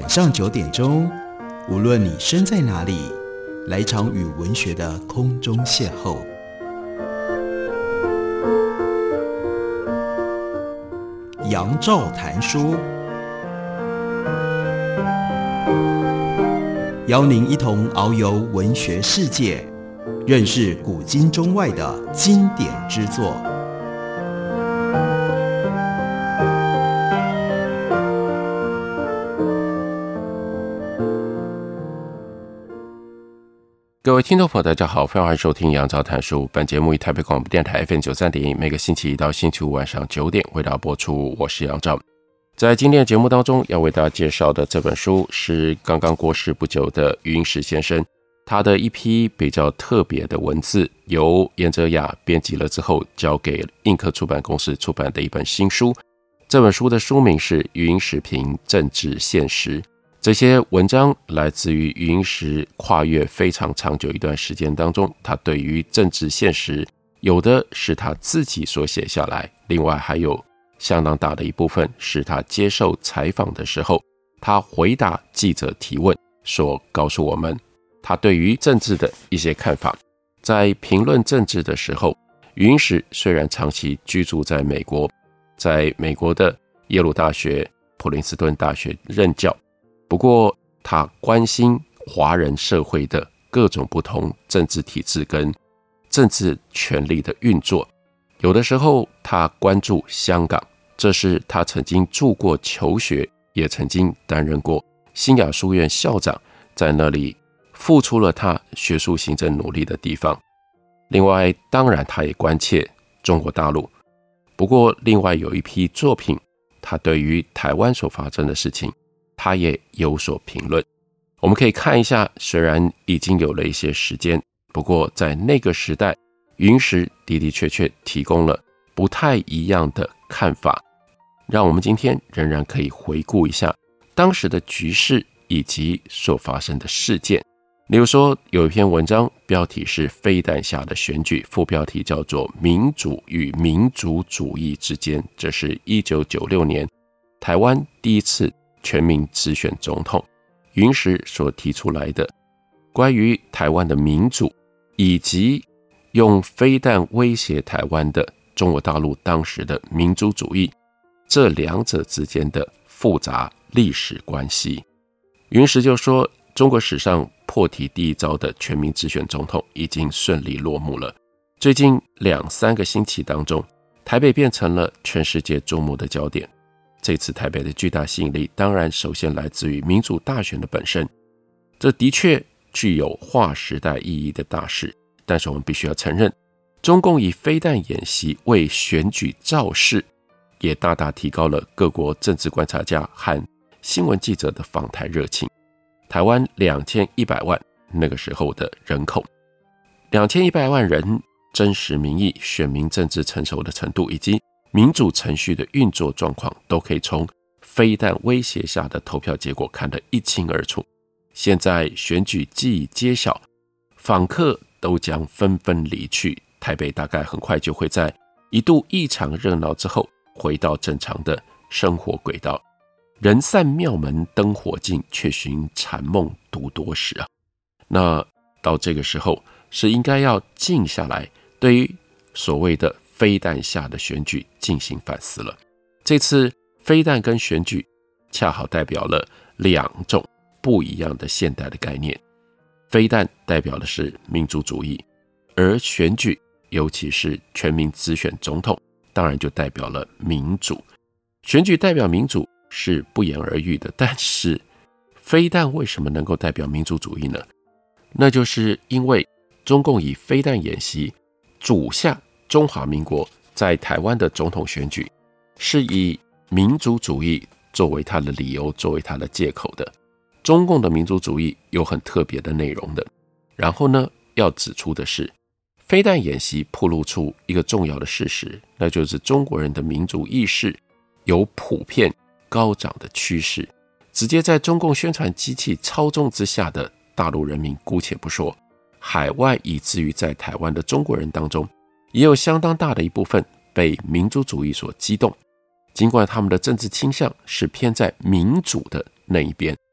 晚上9点钟，无论你身在哪里，来场与文学的空中邂逅。杨照谈书，邀您一同遨游文学世界，认识古今中外的经典之作。 各位听众朋友大家好，欢迎收听杨照谈书。本节目以台北广播电台 FM93.1 每个星期一到星期五晚上9点为大家播出，我是杨照。在今天的节目当中要为大家介绍的这本书是刚刚过世不久的余英时先生，他的一批比较特别的文字由严哲雅编辑了之后交给印刻出版公司出版的一本新书。这本书的书名是《余英时评政治现实》。这些文章来自于余英时跨越非常长久一段时间当中，他对于政治现实有的是他自己所写下来，另外还有相当大的一部分是他接受采访的时候，他回答记者提问所告诉我们他对于政治的一些看法。在评论政治的时候，余英时虽然长期居住在美国，在美国的耶鲁大学、普林斯顿大学任教，不过他关心华人社会的各种不同政治体制跟政治权力的运作。有的时候他关注香港，这是他曾经住过求学，也曾经担任过新雅书院校长，在那里付出了他学术行政努力的地方。另外当然他也关切中国大陆，不过另外有一批作品，他对于台湾所发生的事情他也有所评论。我们可以看一下，虽然已经有了一些时间，不过在那个时代，余英时的的确确提供了不太一样的看法，让我们今天仍然可以回顾一下当时的局势以及所发生的事件。例如说有一篇文章标题是飞弹下的选举，副标题叫做民主与民族主义之间，这是1996年台湾第一次全民直选总统，余英时所提出来的关于台湾的民主，以及用飞弹威胁台湾的中国大陆当时的民族主义，这两者之间的复杂历史关系。余英时就说，中国史上破题第一遭的全民直选总统已经顺利落幕了。最近2-3个星期当中，台北变成了全世界注目的焦点。这次台北的巨大吸引力当然首先来自于民主大选的本身，这的确具有划时代意义的大事。但是我们必须要承认，中共以飞弹演习为选举造势，也大大提高了各国政治观察家和新闻记者的访台热情。台湾2100万那个时候的人口，2100万人真实民意、选民政治成熟的程度，以及民主程序的运作状况，都可以从飞弹威胁下的投票结果看得一清二楚。现在选举既已揭晓，访客都将纷纷离去，台北大概很快就会在一度异常热闹之后回到正常的生活轨道。人散庙门灯火尽，却寻禅梦独多时啊。那到这个时候是应该要静下来，对于所谓的飞弹下的选举进行反思了。这次飞弹跟选举恰好代表了2种不一样的现代的概念。飞弹代表的是民族主义，而选举尤其是全民直选总统当然就代表了民主。选举代表民主是不言而喻的，但是飞弹为什么能够代表民族主义呢？那就是因为中共以飞弹演习主下中华民国在台湾的总统选举，是以民族主义作为他的理由，作为他的借口的。中共的民族主义有很特别的内容的。然后呢，要指出的是，飞弹演习暴露出一个重要的事实，那就是中国人的民族意识有普遍高涨的趋势。直接在中共宣传机器操纵之下的大陆人民姑且不说，海外以至于在台湾的中国人当中，也有相当大的一部分被民族主义所激动，尽管他们的政治倾向是偏在民主的那一边，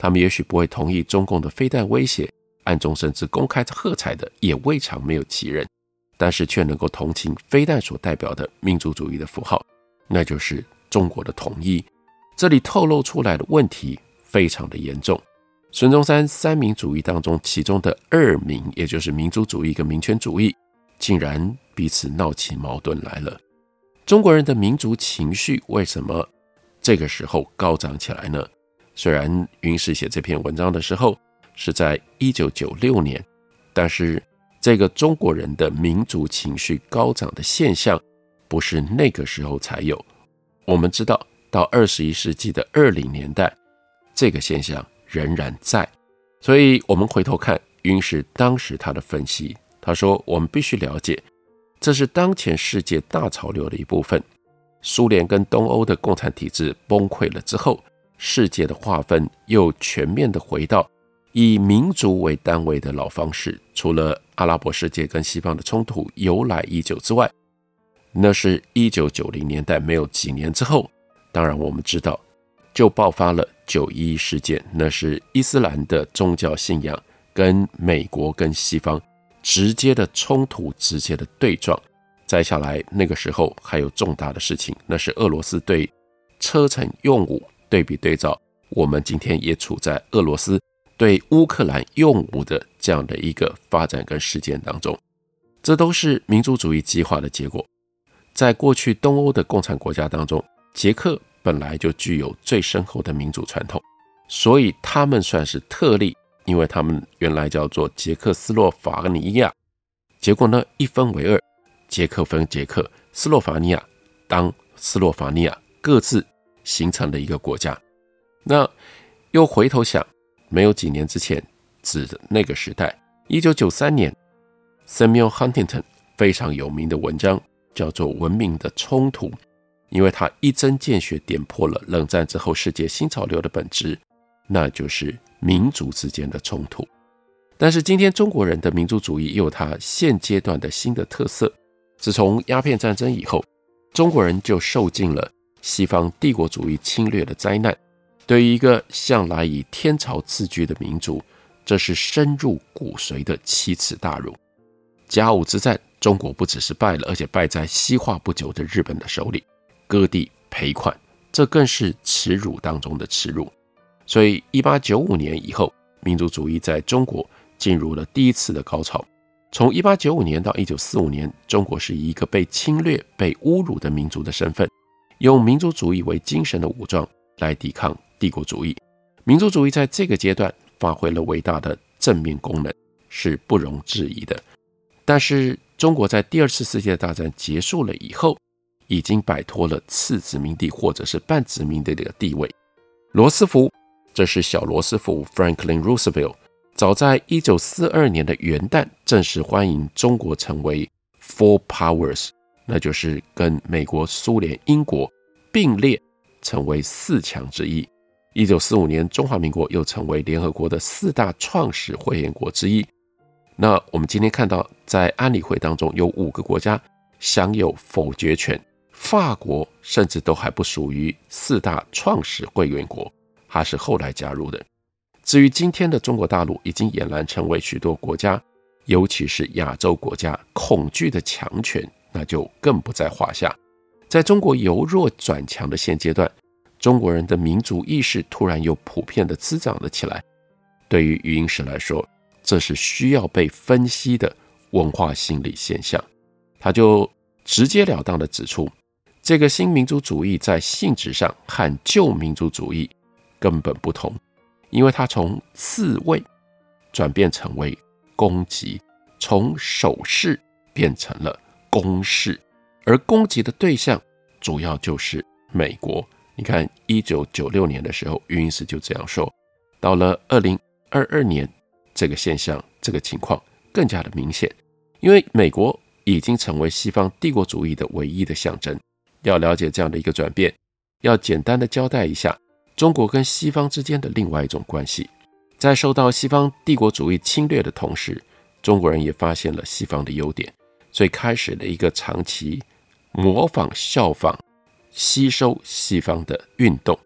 他们也许不会同意中共的飞弹威胁，暗中甚至公开喝彩的也未尝没有其人，但是却能够同情飞弹所代表的民族主义的符号，那就是中国的统一。这里透露出来的问题非常的严重。孙中山三民主义当中，其中的二民，也就是民族主义跟民权主义，竟然彼此闹起矛盾来了。中国人的民族情绪为什么这个时候高涨起来呢？虽然云石写这篇文章的时候是在1996年，但是这个中国人的民族情绪高涨的现象不是那个时候才有。我们知道到21世纪的20年代，这个现象仍然在。所以我们回头看云石当时他的分析，他说我们必须了解，这是当前世界大潮流的一部分。苏联跟东欧的共产体制崩溃了之后，世界的划分又全面的回到以民族为单位的老方式。除了阿拉伯世界跟西方的冲突由来已久之外，那是1990年代没有几年之后，当然我们知道就爆发了911事件，那是伊斯兰的宗教信仰跟美国跟西方直接的冲突，直接的对撞。再下来那个时候还有重大的事情，那是俄罗斯对车臣用武，对比对照我们今天也处在俄罗斯对乌克兰用武的这样的一个发展跟事件当中，这都是民族主义激化的结果。在过去东欧的共产国家当中，捷克本来就具有最深厚的民主传统，所以他们算是特例，因为他们原来叫做捷克斯洛伐尼亚，结果呢一分为二，捷克分捷克，斯洛伐尼亚当斯洛伐尼亚，各自形成了一个国家。那又回头想，没有几年之前，指的那个时代，1993年 Samuel Huntington 非常有名的文章叫做《文明的冲突》，因为他一针见血点破了冷战之后世界新潮流的本质，那就是民族之间的冲突。但是今天中国人的民族主义也有它现阶段的新的特色。自从鸦片战争以后，中国人就受尽了西方帝国主义侵略的灾难。对于一个向来以天朝自居的民族，这是深入骨髓的奇耻大辱。甲午之战，中国不只是败了，而且败在西化不久的日本的手里，割地赔款，这更是耻辱当中的耻辱。所以1895年以后，民族主义在中国进入了第一次的高潮。从1895年到1945年，中国是以一个被侵略、被侮辱的民族的身份，用民族主义为精神的武装来抵抗帝国主义。民族主义在这个阶段发挥了伟大的正面功能，是不容置疑的。但是中国在第二次世界大战结束了以后，已经摆脱了次殖民地或者是半殖民地的地位。罗斯福，这是小罗斯福 Franklin Roosevelt，早在1942年的元旦正式欢迎中国成为 Four Powers， 那就是跟美国、苏联、英国并列成为四强之一。1945年中华民国又成为联合国的4大创始会员国之一。那我们今天看到在安理会当中有5个国家享有否决权，法国甚至都还不属于4大创始会员国，它是后来加入的。至于今天的中国大陆，已经俨然成为许多国家，尤其是亚洲国家恐惧的强权，那就更不在话下。在中国由弱转强的现阶段，中国人的民族意识突然又普遍的滋长了起来。对于余英时来说，这是需要被分析的文化心理现象。他就直截了当地指出，这个新民族主义在性质上和旧民族主义根本不同，因为它从自卫转变成为攻击，从守势变成了攻势，而攻击的对象主要就是美国。你看1996年的时候，余英时就这样说，到了2022年，这个现象这个情况更加的明显，因为美国已经成为西方帝国主义的唯一的象征。要了解这样的一个转变，要简单的交代一下中国跟西方之间的另外一种关系。在受到西方帝国主义侵略的同时，中国人也发现了西方的优点，所以开始了一个长期模仿、效仿、吸收西方的运动。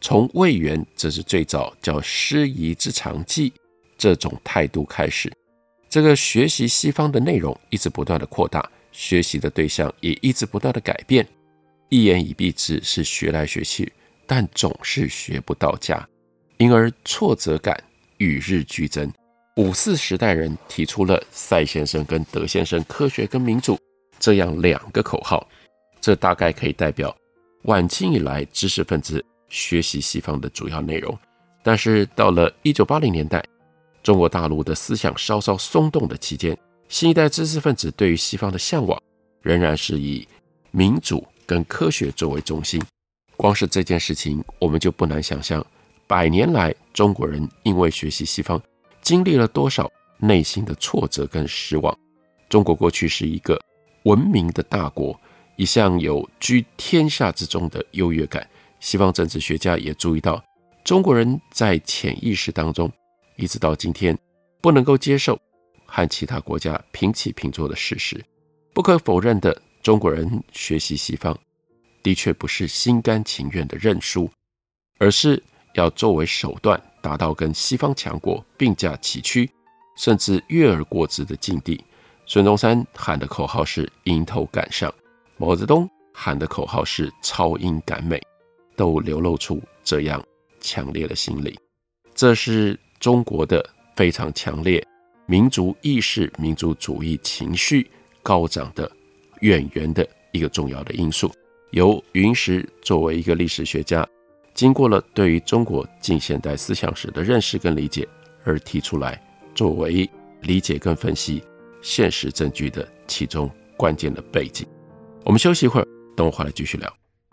从魏源，这是最早叫师夷之长技这种态度开始，这个学习西方的内容一直不断的扩大，学习的对象也一直不断的改变。一言以蔽之，是学来学去，但总是学不到家，因而挫折感与日俱增。54时代人提出了赛先生跟德先生科学跟民主这样2个口号，这大概可以代表晚清以来知识分子学习西方的主要内容。但是到了1980年代，中国大陆的思想稍稍松动的期间，新一代知识分子对于西方的向往仍然是以民主跟科学作为中心。光是这件事情，我们就不难想象100年来中国人因为学习西方经历了多少内心的挫折跟失望。中国过去是一个文明的大国，一向有居天下之中的优越感。西方政治学家也注意到，中国人在潜意识当中一直到今天不能够接受和其他国家平起平坐的事实。不可否认的，中国人学习西方的确不是心甘情愿的认输，而是要作为手段达到跟西方强国并驾齐驱，甚至越而过之的境地。孙中山喊的口号是迎头赶上，毛泽东喊的口号是超英赶美，都流露出这样强烈的心理。这是中国的非常强烈民族意识、民族主义情绪高涨的远源的一个重要的因素。由云石作为一个历史学家，经过了对于中国近现代思想史的认识跟理解，而提出来作为理解跟分析现实证据的其中关键的背景。我们休息一会儿，等我回来继续聊。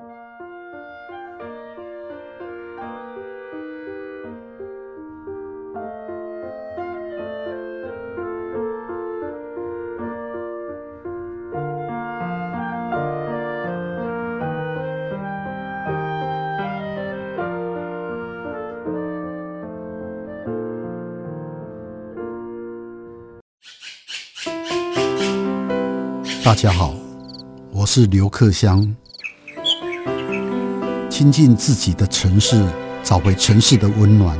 大家好，我是刘克襄。亲近自己的城市，找回城市的温暖。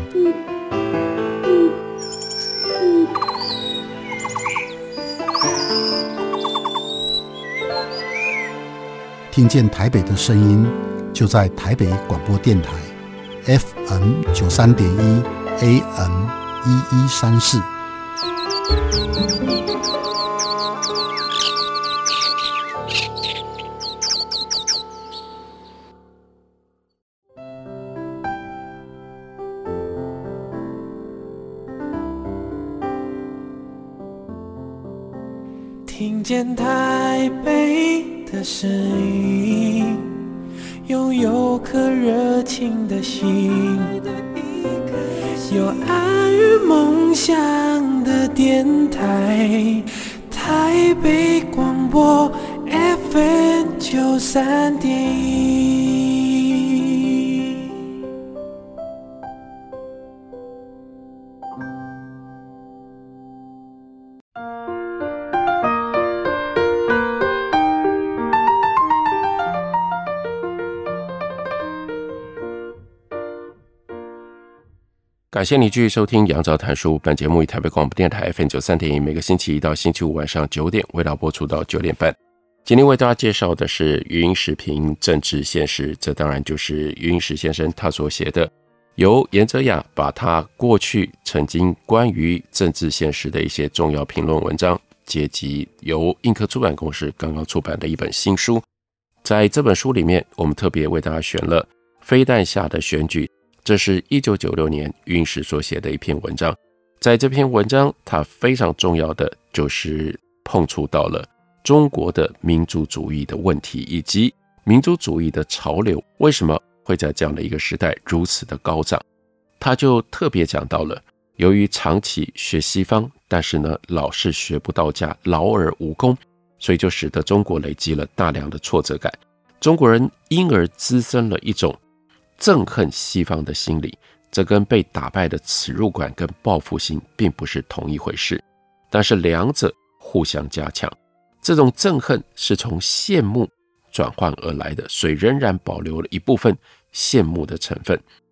听见台北的声音，就在台北广播电台 FM 93.1 AM 1134。 听见台北的声音，拥有颗热情的心，有爱与梦想的电台，台北广播 FM 93.1。 感谢你继续收听杨照谈书，本节目以台北广播电台 FM 93.1每个星期一到星期五晚上9点为大家播出到9点半。今天为大家介绍的是余英时评政治现实，这当然就是余英时先生他所写的，由严哲雅把他过去曾经关于政治现实的一些重要评论文章结集，由印刻出版公司刚刚出版的一本新书。在这本书里面，我们特别为大家选了飞弹下的选举，这是1996年余英时所写的一篇文章。在这篇文章，它非常重要的就是碰触到了中国的民族主义的问题，以及民族主义的潮流为什么会在这样的一个时代如此的高涨。他就特别讲到了，由于长期学西方，但是呢老是学不到家，劳而无功，所以就使得中国累积了大量的挫折感。中国人因而滋生了一种憎恨西方的心理，这跟被打败的耻辱感跟报复心并不是同一回事，但是两者互相加强。这种憎恨是从羡慕转换而来的，所以仍然保留了一部分羡慕的成分。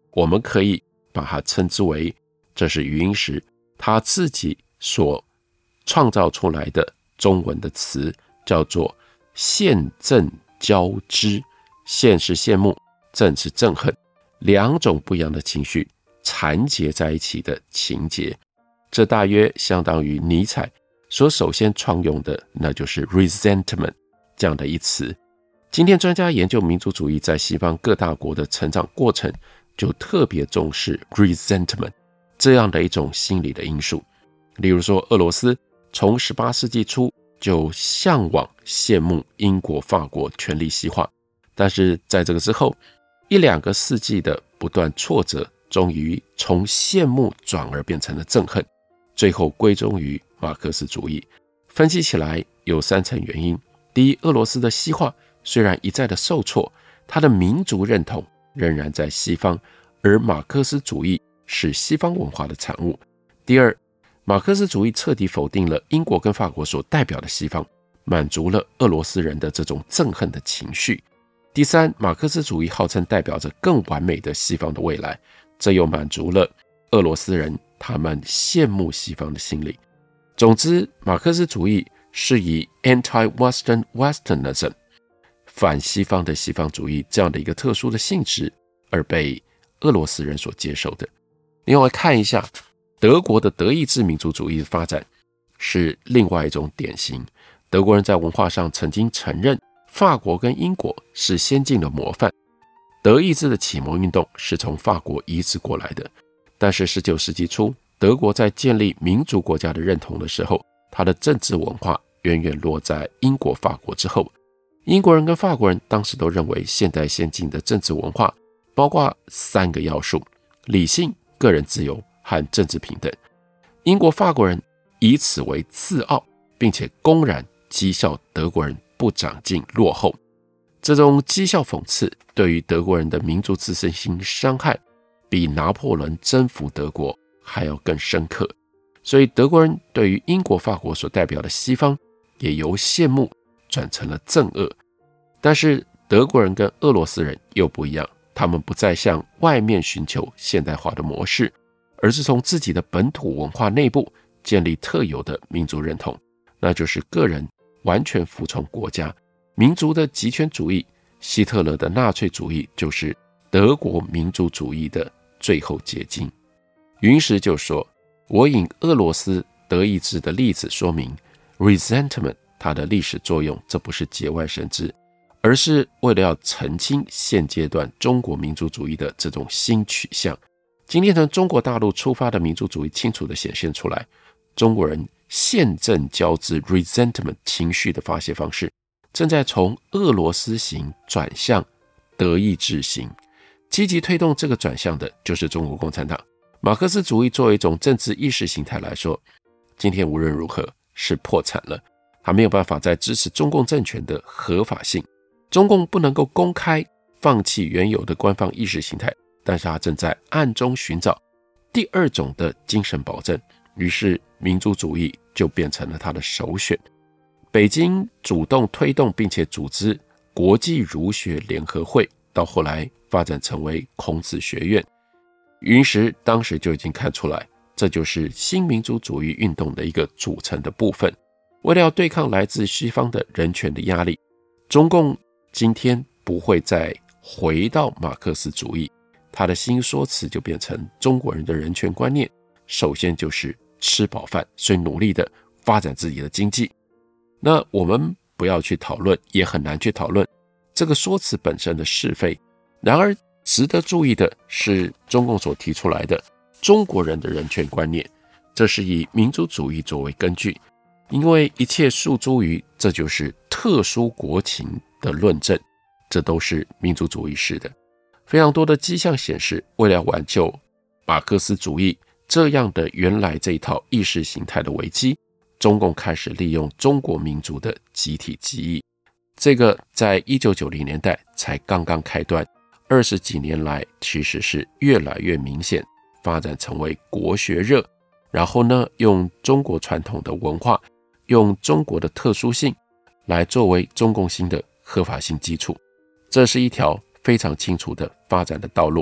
我们可以把它称之为，这是余英时他自己所创造出来的中文的词，叫做羡憎交织。羡是羡慕，憎是憎恨，两种不一样的情绪缠结在一起的情节。这大约相当于尼采所首先创用的，那就是 resentment 这样的一词。今天专家研究民族主义在西方各大国的成长过程，就特别重视 resentment 这样的一种心理的因素。例如说，俄罗斯从18世纪初就向往羡慕英国法国权力西化，但是在这个之后1-2个世纪的不断挫折，终于从羡慕转而变成了憎恨，最后归宗于马克思主义。分析起来有3层原因。第一，俄罗斯的西化虽然一再的受挫，它的民族认同仍然在西方，而马克思主义是西方文化的产物。第二，马克思主义彻底否定了英国跟法国所代表的西方，满足了俄罗斯人的这种憎恨的情绪。第三，马克思主义号称代表着更完美的西方的未来，这又满足了俄罗斯人他们羡慕西方的心理。总之，马克思主义是以 anti-Western Westernism 反西方的西方主义这样的一个特殊的性质而被俄罗斯人所接受的。另外看一下德国的德意志民族主义的发展是另外一种典型。德国人在文化上曾经承认法国跟英国是先进的模范，德意志的启蒙运动是从法国移植过来的。但是19世纪初，德国在建立民族国家的认同的时候，它的政治文化远远落在英国法国之后。英国人跟法国人当时都认为现代先进的政治文化包括3个要素：理性、个人自由和政治平等。英国法国人以此为自傲，并且公然讥笑德国人不长进落后。这种讥笑讽刺对于德国人的民族自尊心伤害比拿破仑征服德国还要更深刻。所以德国人对于英国法国所代表的西方也由羡慕转成了憎恶。但是德国人跟俄罗斯人又不一样，他们不再向外面寻求现代化的模式，而是从自己的本土文化内部建立特有的民族认同，那就是个人完全服从国家。民族的极权主义，希特勒的纳粹主义就是德国民族主义的最后结晶。云石就说，我引俄罗斯德意志的例子说明 resentment 它的历史作用，这不是节外生枝，而是为了要澄清现阶段中国民族主义的这种新取向。今天从中国大陆出发的民族主义清楚地显现出来，中国人羡憎交织 resentment 情绪的发泄方式正在从俄罗斯型转向德意志型。积极推动这个转向的就是中国共产党。马克思主义作为一种政治意识形态来说，今天无论如何是破产了，它没有办法再支持中共政权的合法性。中共不能够公开放弃原有的官方意识形态，但是它正在暗中寻找第2种的精神保证，于是民族主义就变成了它的首选。北京主动推动并且组织国际儒学联合会，到后来发展成为孔子学院。云石当时就已经看出来，这就是新民族主义运动的一个组成的部分。为了要对抗来自西方的人权的压力，中共今天不会再回到马克思主义，他的新说辞就变成中国人的人权观念首先就是吃饱饭，所以努力的发展自己的经济。那我们不要去讨论，也很难去讨论这个说辞本身的是非。然而值得注意的是，中共所提出来的中国人的人权观念，这是以民族主义作为根据，因为一切诉诸于这就是特殊国情的论证，这都是民族主义式的。非常多的迹象显示，为了挽救马克思主义这样的原来这一套意识形态的危机，中共开始利用中国民族的集体记忆。这个在1990年代才刚刚开端，20几年来其实是越来越明显，发展成为国学热。然后呢，用中国传统的文化，用中国的特殊性来作为中共新的合法性基础。这是一条非常清楚的发展的道路，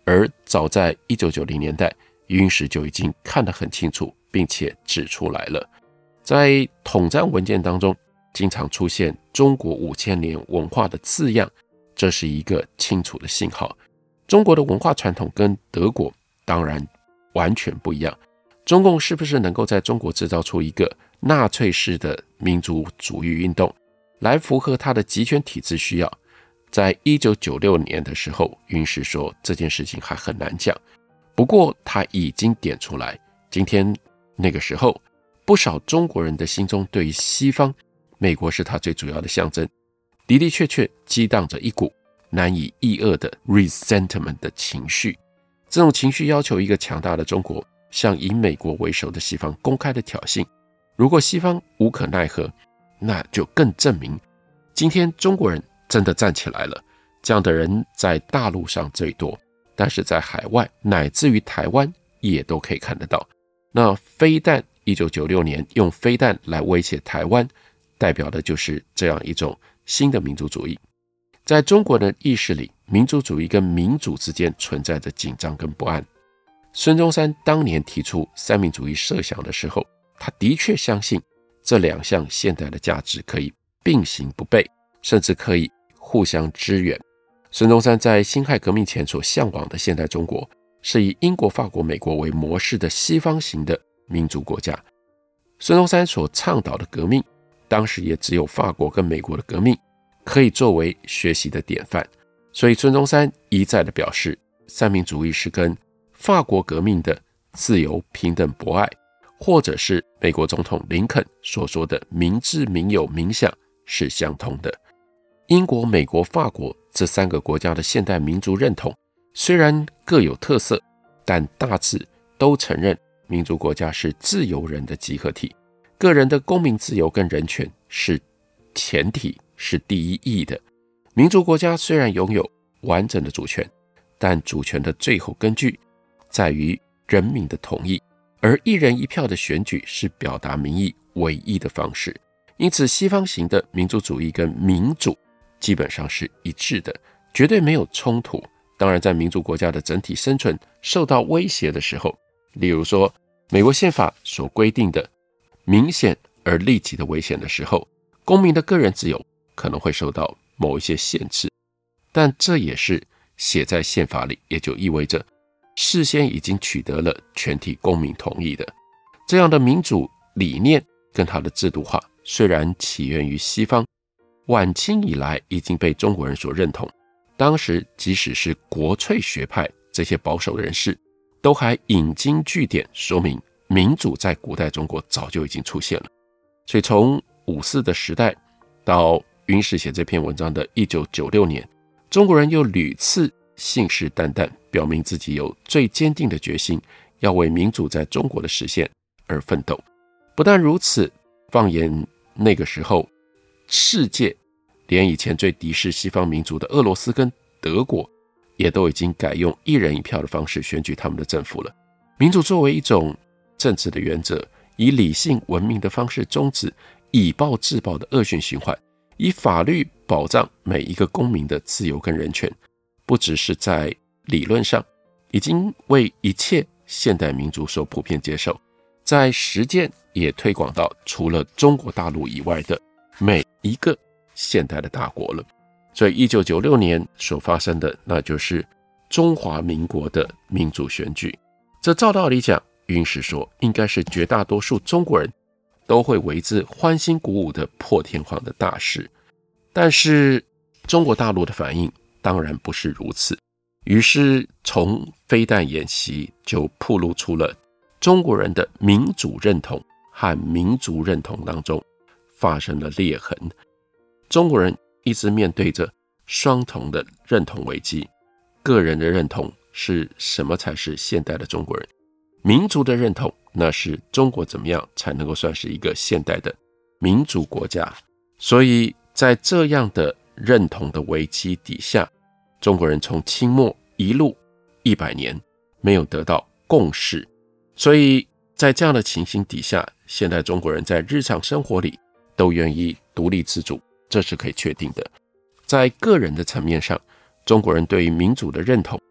而早在1990年代，云石就已经看得很清楚，并且指出来了。在统战文件当中，经常出现中国5000年文化的字样，这是一个清楚的信号。中国的文化传统跟德国当然完全不一样，中共是不是能够在中国制造出一个纳粹式的民族主义运动，来符合他的集权体制需要？在1996年的时候，云石说这件事情还很难讲，不过他已经点出来，今天那个时候，不少中国人的心中对于西方，美国是他最主要的象征，的的确确激荡着一股难以抑遏的 resentment 的情绪。这种情绪要求一个强大的中国向以美国为首的西方公开的挑衅，如果西方无可奈何，那就更证明今天中国人真的站起来了。这样的人在大陆上最多，但是在海外乃至于台湾也都可以看得到。那飞弹1996年用飞弹来威胁台湾，代表的就是这样一种新的民族主义。在中国的意识里，民族主义跟民主之间存在着紧张跟不安。孙中山当年提出三民主义设想的时候，他的确相信这两项现代的价值可以并行不悖，甚至可以互相支援。孙中山在辛亥革命前所向往的现代中国，是以英国、法国、美国为模式的西方型的民族国家。孙中山所倡导的革命，当时也只有法国跟美国的革命可以作为学习的典范，所以孙中山一再的表示，三民主义是跟法国革命的自由、平等、博爱，或者是美国总统林肯所说的民治、民有、民享是相通的。英国、美国、法国这三个国家的现代民族认同虽然各有特色，但大致都承认民族国家是自由人的集合体，个人的公民自由跟人权是前提，是第一义的。民族国家虽然拥有完整的主权，但主权的最后根据在于人民的同意，而一人一票的选举是表达民意唯一的方式。因此西方型的民族主义跟民主基本上是一致的，绝对没有冲突。当然在民族国家的整体生存受到威胁的时候，例如说美国宪法所规定的明显而立即的危险的时候，公民的个人自由可能会受到某一些限制，但这也是写在宪法里，也就意味着事先已经取得了全体公民同意的。这样的民主理念跟它的制度化虽然起源于西方，晚清以来已经被中国人所认同。当时即使是国粹学派这些保守人士都还引经据典说明民主在古代中国早就已经出现了。所以从54的时代到云石写这篇文章的1996年，中国人又屡次信誓旦旦表明自己有最坚定的决心，要为民主在中国的实现而奋斗。不但如此，放眼那个时候世界，连以前最敌视西方民族的俄罗斯跟德国也都已经改用一人一票的方式选举他们的政府了。民主作为一种政治的原则，以理性文明的方式终止以暴制暴的恶性循环，以法律保障每一个公民的自由跟人权，不只是在理论上已经为一切现代民族所普遍接受，在实践也推广到除了中国大陆以外的每一个现代的大国了。所以1996年所发生的，那就是中华民国的民主选举。这照道理讲，云石说应该是绝大多数中国人都会为之欢欣鼓舞的破天荒的大事。但是中国大陆的反应当然不是如此，于是从飞弹演习就暴露出了中国人的民主认同和民族认同当中发生了裂痕。中国人一直面对着双重的认同危机，个人的认同是什么才是现代的中国人，民族的认同那是中国怎么样才能够算是一个现代的民主国家。所以在这样的认同的危机底下，中国人从清末一路100年没有得到共识，所以在这样的情形底下，现代中国人在日常生活里都愿意独立自主，这是可以确定的。在个人的层面上，中国人对于民主的认同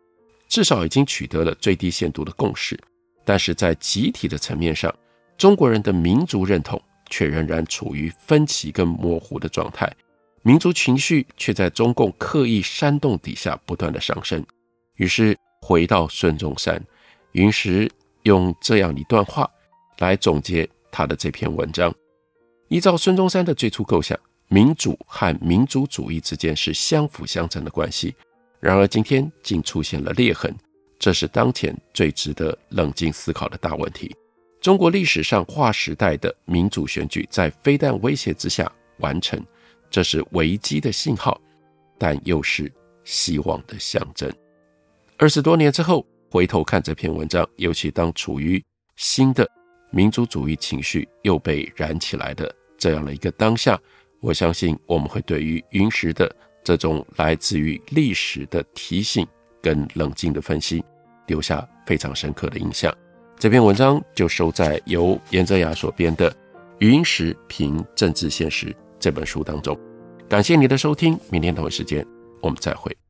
至少已经取得了最低限度的共识，但是在集体的层面上，中国人的民族认同却仍然处于分歧跟模糊的状态，民族情绪却在中共刻意煽动底下不断的上升。于是回到孙中山，云石用这样一段话来总结他的这篇文章。依照孙中山的最初构想，民主和民族主义之间是相辅相成的关系，然而今天竟出现了裂痕，这是当前最值得冷静思考的大问题。中国历史上划时代的民主选举在飞弹威胁之下完成，这是危机的信号，但又是希望的象征。20多年之后回头看这篇文章，尤其当处于新的民族主义情绪又被燃起来的这样的一个当下，我相信我们会对于云石的这种来自于历史的提醒跟冷静的分析留下非常深刻的印象。这篇文章就收在由严哲雅所编的《云石评政治现实》这本书当中。感谢你的收听，明天同一时间我们再会。